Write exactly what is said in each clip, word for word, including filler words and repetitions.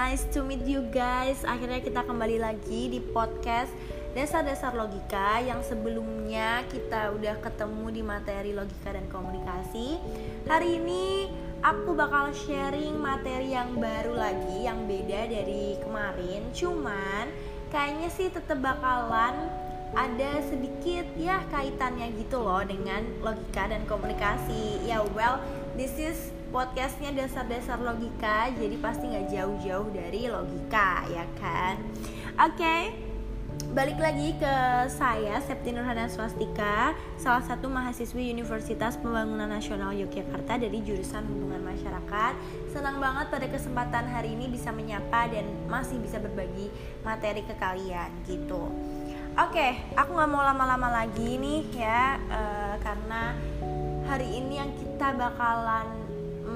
nice to meet you guys. Akhirnya kita kembali lagi di podcast Dasar-Dasar Logika. Yang sebelumnya kita udah ketemu di materi logika dan komunikasi. Hari ini aku bakal sharing materi yang baru lagi, yang beda dari kemarin. Cuman kayaknya sih tetap bakalan ada sedikit ya kaitannya gitu loh dengan logika dan komunikasi. Ya well, this is podcastnya Dasar-Dasar Logika, jadi pasti gak jauh-jauh dari logika, ya kan? Oke, okay. Balik lagi ke saya, Septi Nurhana Swastika, salah satu mahasiswi Universitas Pembangunan Nasional Yogyakarta dari jurusan Hubungan Masyarakat. Senang banget pada kesempatan hari ini bisa menyapa dan masih bisa berbagi materi ke kalian gitu. Oke, okay, aku gak mau lama-lama lagi nih ya, uh, karena hari ini yang kita bakalan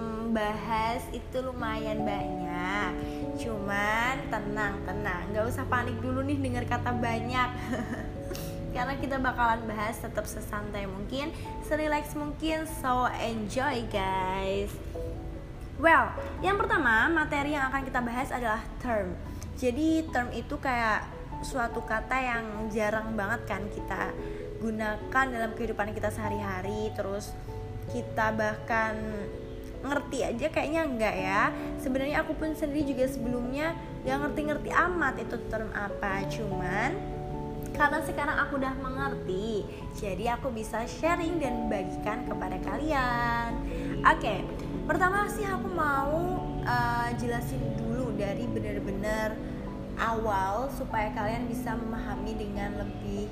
bahas itu lumayan banyak. Cuman tenang, tenang, gak usah panik dulu nih dengar kata banyak. Karena kita bakalan bahas tetap sesantai mungkin, serelax mungkin. So enjoy guys. Well, yang pertama materi yang akan kita bahas adalah term. Jadi term itu kayak suatu kata yang jarang banget kan kita gunakan dalam kehidupan kita sehari-hari. Terus kita bahkan ngerti aja kayaknya enggak ya. Sebenarnya aku pun sendiri juga sebelumnya gak ngerti-ngerti amat itu term apa. Cuman karena sekarang aku udah mengerti, jadi aku bisa sharing dan bagikan kepada kalian. Oke, okay. Pertama sih aku mau uh, jelasin dulu dari benar-benar awal supaya kalian bisa memahami dengan lebih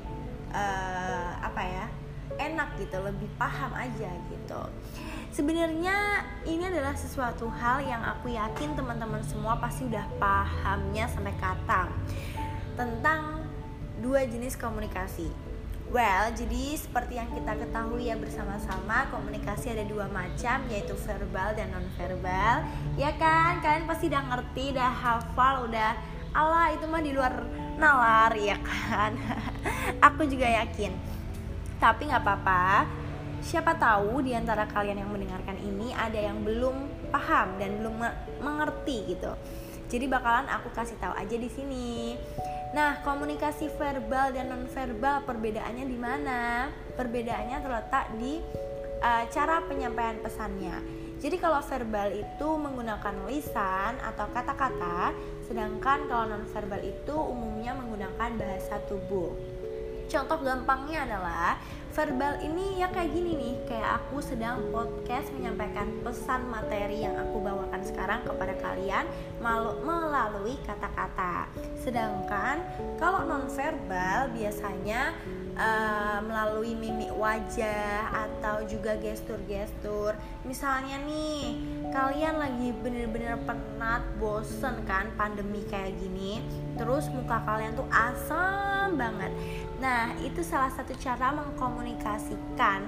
uh, apa ya, enak gitu, lebih paham aja gitu. Sebenarnya ini adalah sesuatu hal yang aku yakin teman-teman semua pasti udah pahamnya sampai kata tentang dua jenis komunikasi. Well, jadi seperti yang kita ketahui ya bersama-sama, komunikasi ada dua macam, yaitu verbal dan non-verbal. Ya kan, kalian pasti udah ngerti, udah hafal, udah ala itu mah di luar nalar ya kan. Aku juga yakin. Tapi gak apa-apa, siapa tahu di antara kalian yang mendengarkan ini ada yang belum paham dan belum mengerti gitu. Jadi bakalan aku kasih tahu aja di sini. Nah, komunikasi verbal dan non-verbal perbedaannya di mana? Perbedaannya terletak di uh, cara penyampaian pesannya. Jadi kalau verbal itu menggunakan lisan atau kata-kata, sedangkan kalau non-verbal itu umumnya menggunakan bahasa tubuh. Contoh gampangnya adalah verbal ini ya kayak gini nih, kayak aku sedang podcast menyampaikan pesan materi yang aku bawakan sekarang kepada kalian melalui kata-kata. Sedangkan kalau non-verbal biasanya uh, melalui mimik wajah atau juga gestur-gestur. Misalnya nih, kalian lagi bener-bener penat, bosen kan pandemi kayak gini, terus muka kalian tuh asam banget. Nah, itu salah satu cara mengkomunikasikan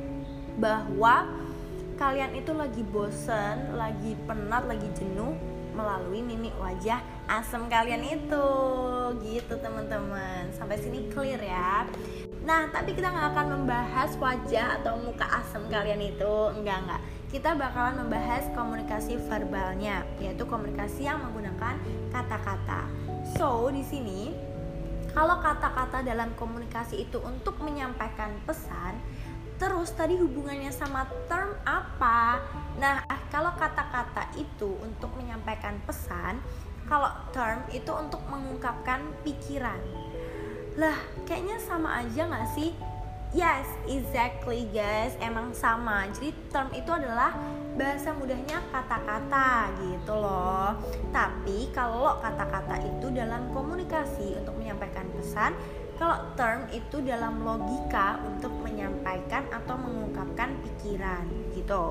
bahwa kalian itu lagi bosen, lagi penat, lagi jenuh melalui mimik wajah asam kalian itu. Gitu teman-teman. Sampai sini clear ya. Nah, tapi kita gak akan membahas wajah atau muka asam kalian itu. Enggak, enggak. Kita bakalan membahas komunikasi verbalnya, yaitu komunikasi yang menggunakan kata-kata. So, di sini kalau kata-kata dalam komunikasi itu untuk menyampaikan pesan, terus tadi hubungannya sama term apa? Nah, kalau kata-kata itu untuk menyampaikan pesan, kalau term itu untuk mengungkapkan pikiran. Lah, kayaknya sama aja gak sih? Yes, exactly guys, emang sama. Jadi term itu adalah bahasa mudahnya kata-kata gitu loh. Tapi kalau kata-kata itu dalam komunikasi untuk menyampaikan pesan, kalau term itu dalam logika untuk menyampaikan atau mengungkapkan pikiran gitu.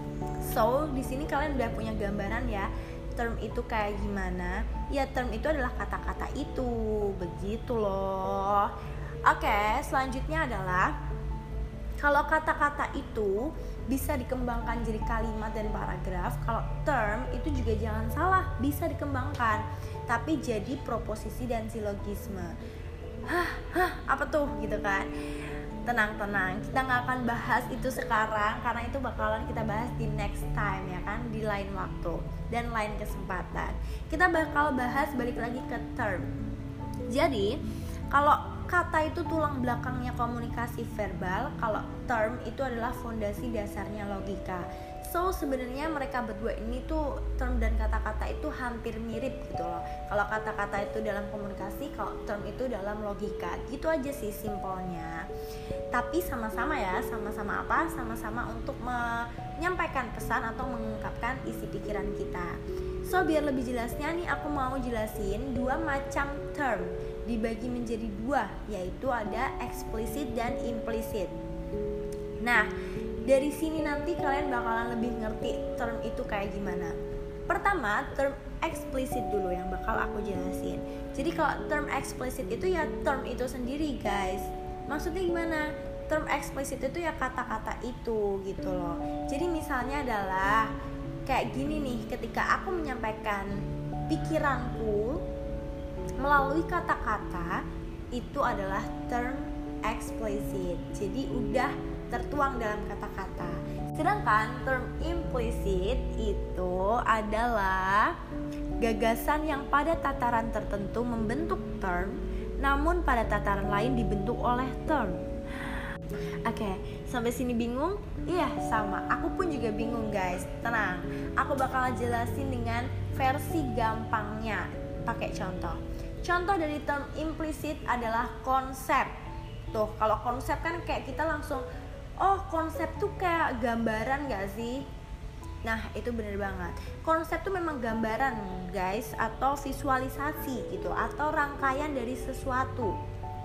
So, di sini kalian udah punya gambaran ya, term itu kayak gimana? Ya, term itu adalah kata-kata itu, begitu loh. Oke, selanjutnya adalah kalau kata-kata itu bisa dikembangkan jadi kalimat dan paragraf. Kalau term itu juga jangan salah, bisa dikembangkan, tapi jadi proposisi dan silogisme. Hah, hah, apa tuh gitu kan? tenang-tenang, kita nggak akan bahas itu sekarang karena itu bakalan kita bahas di next time ya kan, di lain waktu dan lain kesempatan. Kita bakal bahas balik lagi ke term. Jadi kalau kata itu tulang belakangnya komunikasi verbal, kalau term itu adalah fondasi dasarnya logika. So sebenarnya mereka berdua ini tuh, term dan kata-kata itu hampir mirip gitu loh. Kalau kata-kata itu dalam komunikasi, kalau term itu dalam logika. Gitu aja sih simpelnya. Tapi sama-sama ya, sama-sama apa? Sama-sama untuk menyampaikan pesan atau mengungkapkan isi pikiran kita. So biar lebih jelasnya nih, aku mau jelasin dua macam term, dibagi menjadi dua, yaitu ada explicit dan implicit. Nah, dari sini nanti kalian bakalan lebih ngerti term itu kayak gimana. Pertama, term explicit dulu yang bakal aku jelasin. Jadi kalau term explicit itu ya term itu sendiri guys. Maksudnya gimana? Term explicit itu ya kata-kata itu gitu loh. Jadi misalnya adalah kayak gini nih, ketika aku menyampaikan pikiranku melalui kata-kata, itu adalah term explicit. Jadi udah tertuang dalam kata-kata. Sedangkan term implicit itu adalah gagasan yang pada tataran tertentu membentuk term, namun pada tataran lain dibentuk oleh term. Oke, okay, sampai sini bingung? Iya, sama. Aku pun juga bingung guys. Tenang, aku bakal jelasin dengan versi gampangnya. Pakai contoh. Contoh dari term implicit adalah konsep. Tuh, kalau konsep kan kayak kita langsung, oh konsep tuh kayak gambaran gak sih? Nah itu bener banget. Konsep tuh memang gambaran guys, atau visualisasi gitu, atau rangkaian dari sesuatu.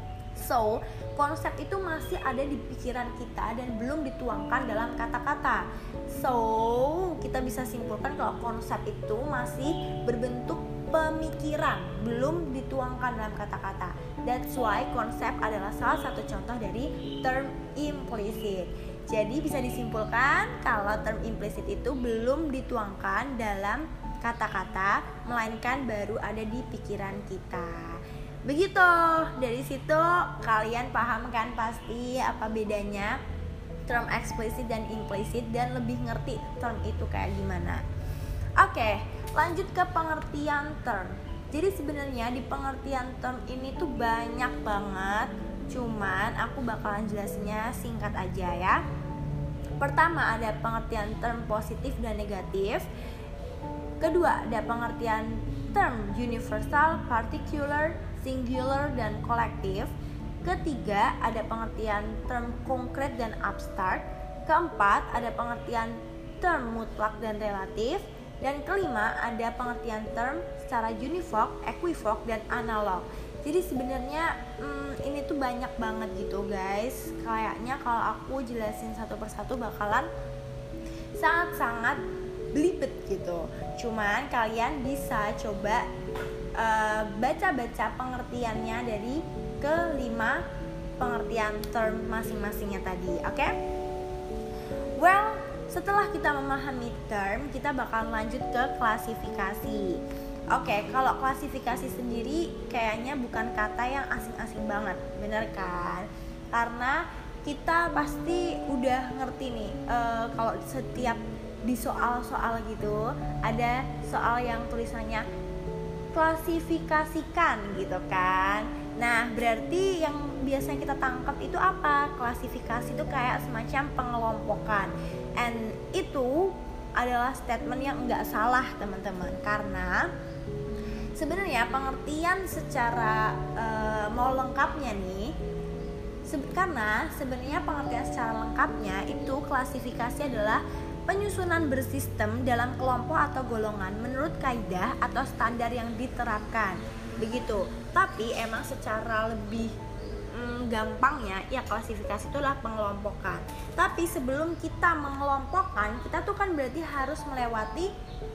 So konsep itu masih ada di pikiran kita dan belum dituangkan dalam kata-kata. So kita bisa simpulkan kalau konsep itu masih berbentuk pemikiran, belum dituangkan dalam kata-kata. That's why konsep adalah salah satu contoh dari term implicit. Jadi bisa disimpulkan kalau term implicit itu belum dituangkan dalam kata-kata, melainkan baru ada di pikiran kita. Begitu. Dari situ kalian paham kan pasti apa bedanya term explicit dan implicit, dan lebih ngerti term itu kayak gimana. Oke, lanjut ke pengertian term. Jadi sebenarnya di pengertian term ini tuh banyak banget, cuman aku bakalan jelasinnya singkat aja ya. Pertama ada pengertian term positif dan negatif. Kedua ada pengertian term universal, particular, singular, dan kolektif. Ketiga ada pengertian term konkret dan abstrak. Keempat ada pengertian term mutlak dan relatif. Dan kelima ada pengertian term secara univoc, equivoc, dan analog. Jadi sebenarnya hmm, ini tuh banyak banget gitu guys. Kayaknya kalau aku jelasin satu persatu bakalan sangat-sangat belibet gitu. Cuman kalian bisa coba uh, baca-baca pengertiannya dari kelima pengertian term masing-masingnya tadi. Oke? Okay? Well, setelah kita memahami term, kita bakal lanjut ke klasifikasi. Oke, kalau klasifikasi sendiri kayaknya bukan kata yang asing-asing banget, bener kan? Karena kita pasti udah ngerti nih, uh, kalau setiap di soal-soal gitu ada soal yang tulisannya klasifikasikan gitu kan. Nah, berarti yang biasanya kita tangkap itu apa? Klasifikasi itu kayak semacam pengelompokan. And itu adalah statement yang enggak salah teman-teman, karena sebenarnya pengertian secara e, mau lengkapnya nih se- karena sebenarnya pengertian secara lengkapnya itu klasifikasi adalah penyusunan bersistem dalam kelompok atau golongan menurut kaidah atau standar yang diterapkan. Begitu. Tapi emang secara lebih mm, gampangnya ya klasifikasi itu adalah pengelompokan. Tapi sebelum kita mengelompokkan, kita tuh kan berarti harus melewati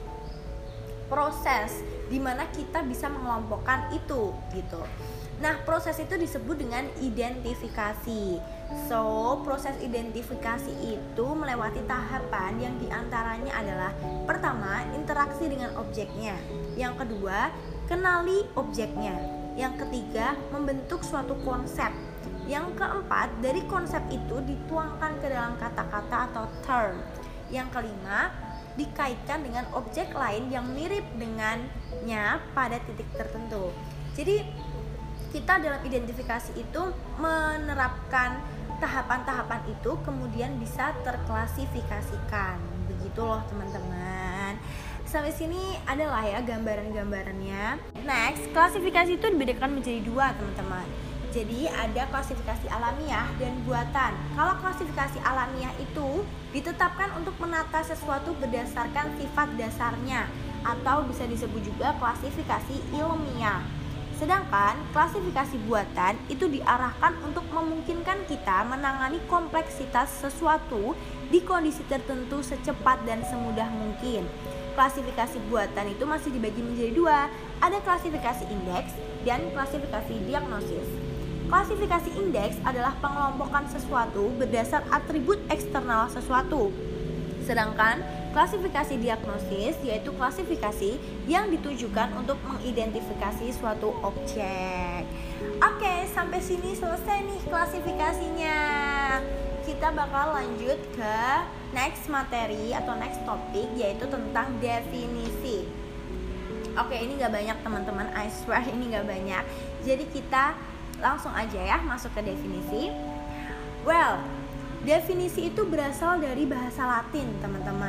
proses dimana kita bisa mengelompokkan itu gitu. Nah, proses itu disebut dengan identifikasi. So, proses identifikasi itu melewati tahapan yang diantaranya adalah pertama, interaksi dengan objeknya. Yang kedua, kenali objeknya. Yang ketiga, membentuk suatu konsep. Yang keempat, dari konsep itu dituangkan ke dalam kata-kata atau term. Yang kelima, dikaitkan dengan objek lain yang mirip dengannya pada titik tertentu. Jadi kita dalam identifikasi itu menerapkan tahapan-tahapan itu kemudian bisa terklasifikasikan. Begitu loh teman-teman. Sampai sini adalah ya gambaran-gambarannya. Next, klasifikasi itu dibedakan menjadi dua teman-teman. Jadi ada klasifikasi alamiah dan buatan. Kalau klasifikasi alamiah itu ditetapkan untuk menata sesuatu berdasarkan sifat dasarnya, atau bisa disebut juga klasifikasi ilmiah. Sedangkan klasifikasi buatan itu diarahkan untuk memungkinkan kita menangani kompleksitas sesuatu di kondisi tertentu secepat dan semudah mungkin. Klasifikasi buatan itu masih dibagi menjadi dua, ada klasifikasi indeks dan klasifikasi diagnosis. Klasifikasi indeks adalah pengelompokan sesuatu berdasar atribut eksternal sesuatu. Sedangkan klasifikasi diagnosis yaitu klasifikasi yang ditujukan untuk mengidentifikasi suatu objek. Oke, sampai sini selesai nih klasifikasinya. Kita bakal lanjut ke next materi atau next topik, yaitu tentang definisi. Oke, ini gak banyak teman-teman, I swear ini gak banyak. Jadi kita langsung aja ya masuk ke definisi. Well, definisi itu berasal dari bahasa Latin teman-teman,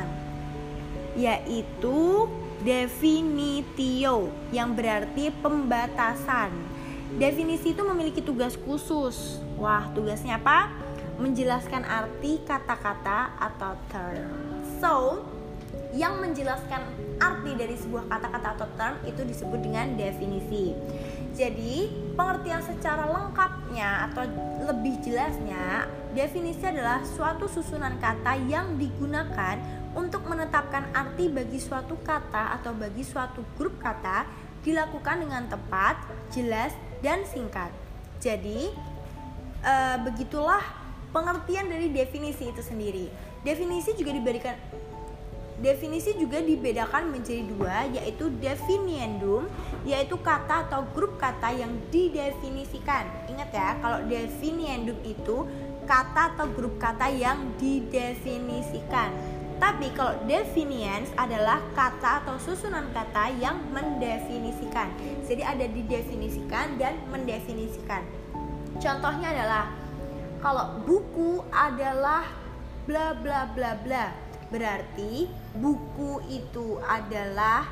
yaitu definitio, yang berarti pembatasan. Definisi itu memiliki tugas khusus. Wah, tugasnya apa? Menjelaskan arti kata-kata atau term. So, yang menjelaskan arti dari sebuah kata-kata atau term itu disebut dengan definisi. Jadi, pengertian secara lengkapnya atau lebih jelasnya, definisi adalah suatu susunan kata yang digunakan untuk menetapkan arti bagi suatu kata atau bagi suatu grup kata, dilakukan dengan tepat, jelas, dan singkat. Jadi, e, begitulah pengertian dari definisi itu sendiri. Definisi juga diberikan Definisi juga dibedakan menjadi dua, yaitu definiendum, yaitu kata atau grup kata yang didefinisikan. Ingat ya, kalau definiendum itu kata atau grup kata yang didefinisikan. Tapi kalau definiens adalah kata atau susunan kata yang mendefinisikan. Jadi ada didefinisikan dan mendefinisikan. Contohnya adalah kalau buku adalah bla bla bla bla, berarti buku itu adalah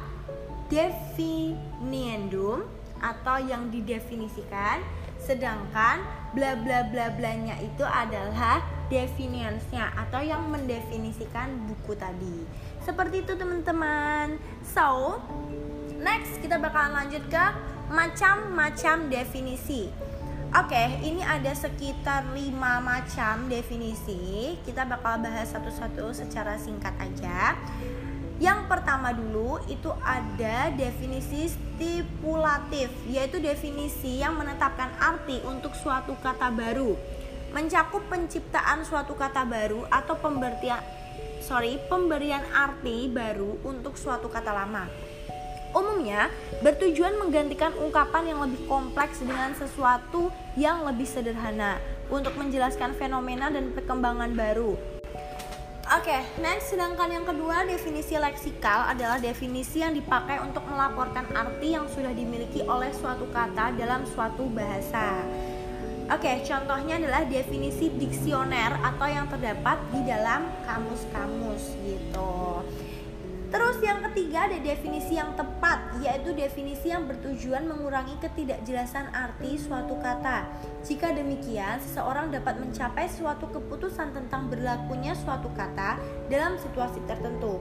definiendum atau yang didefinisikan, sedangkan bla bla bla blanya itu adalah definiensnya atau yang mendefinisikan buku tadi. Seperti itu teman-teman. So, next kita bakalan lanjut ke macam-macam definisi. Oke, ini ada sekitar lima macam definisi. Kita bakal bahas satu-satu secara singkat aja. Yang pertama dulu itu ada definisi stipulatif, yaitu definisi yang menetapkan arti untuk suatu kata baru, mencakup penciptaan suatu kata baru atau pemberian sorry pemberian arti baru untuk suatu kata lama. Umumnya bertujuan menggantikan ungkapan yang lebih kompleks dengan sesuatu yang lebih sederhana untuk menjelaskan fenomena dan perkembangan baru. Oke, okay, next, sedangkan yang kedua, definisi leksikal adalah definisi yang dipakai untuk melaporkan arti yang sudah dimiliki oleh suatu kata dalam suatu bahasa. Oke, okay, contohnya adalah definisi diksioner atau yang terdapat di dalam kamus-kamus gitu. Terus yang ketiga ada definisi yang tepat, yaitu definisi yang bertujuan mengurangi ketidakjelasan arti suatu kata. Jika demikian, seseorang dapat mencapai suatu keputusan tentang berlakunya suatu kata dalam situasi tertentu.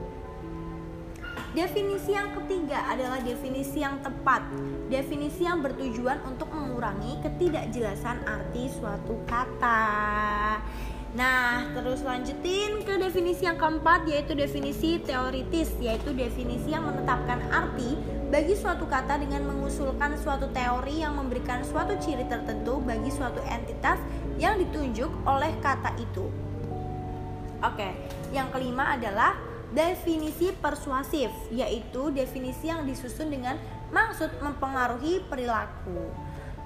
Definisi yang ketiga adalah definisi yang tepat, definisi yang bertujuan untuk mengurangi ketidakjelasan arti suatu kata. Nah, terus lanjutin ke definisi yang keempat, yaitu definisi teoritis, yaitu definisi yang menetapkan arti bagi suatu kata dengan mengusulkan suatu teori yang memberikan suatu ciri tertentu bagi suatu entitas yang ditunjuk oleh kata itu. Oke, yang kelima adalah definisi persuasif, yaitu definisi yang disusun dengan maksud mempengaruhi perilaku.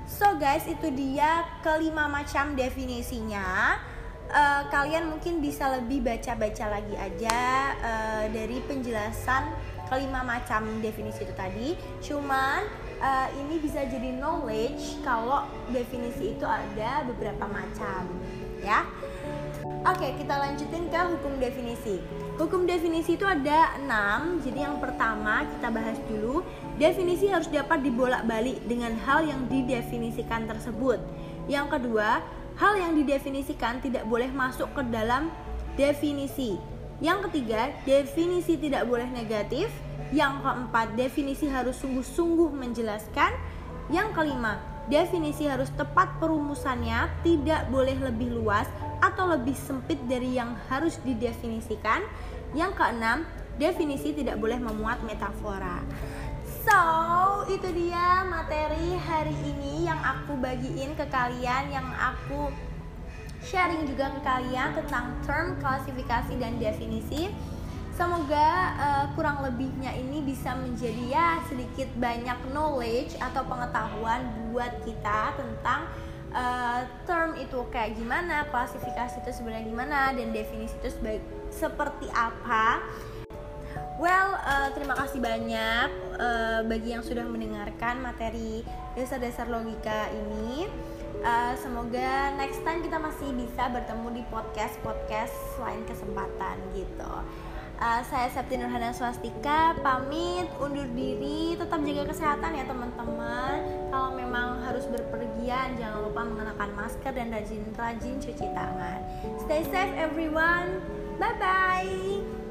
So guys, itu dia kelima macam definisinya. uh, Kalian mungkin bisa lebih baca-baca lagi aja uh, dari penjelasan kelima macam definisi itu tadi. Cuman uh, ini bisa jadi knowledge kalau definisi itu ada beberapa macam, ya. Oke, kita lanjutin ke hukum definisi. Hukum definisi itu ada enam. Jadi yang pertama kita bahas dulu. Definisi harus dapat dibolak-balik dengan hal yang didefinisikan tersebut. Yang kedua, hal yang didefinisikan tidak boleh masuk ke dalam definisi. Yang ketiga, definisi tidak boleh negatif. Yang keempat, definisi harus sungguh-sungguh menjelaskan. Yang kelima, definisi harus tepat perumusannya, tidak boleh lebih luas atau lebih sempit dari yang harus didefinisikan. Yang keenam, definisi tidak boleh memuat metafora. So, itu dia materi hari ini yang aku bagiin ke kalian, yang aku sharing juga ke kalian tentang term, klasifikasi, dan definisi. Semoga uh, kurang lebihnya ini bisa menjadi ya sedikit banyak knowledge atau pengetahuan buat kita tentang uh, term itu kayak gimana, klasifikasi itu sebenarnya gimana, dan definisi itu sebaik, seperti apa. Well, uh, terima kasih banyak uh, bagi yang sudah mendengarkan materi dasar-dasar logika ini. Uh, semoga next time kita masih bisa bertemu di podcast-podcast lain kesempatan gitu. Uh, saya Septi Nurhana Swastika pamit undur diri. Tetap jaga kesehatan ya teman-teman. Kalau memang harus berpergian, jangan lupa mengenakan masker dan rajin-rajin cuci tangan. Stay safe everyone. Bye bye.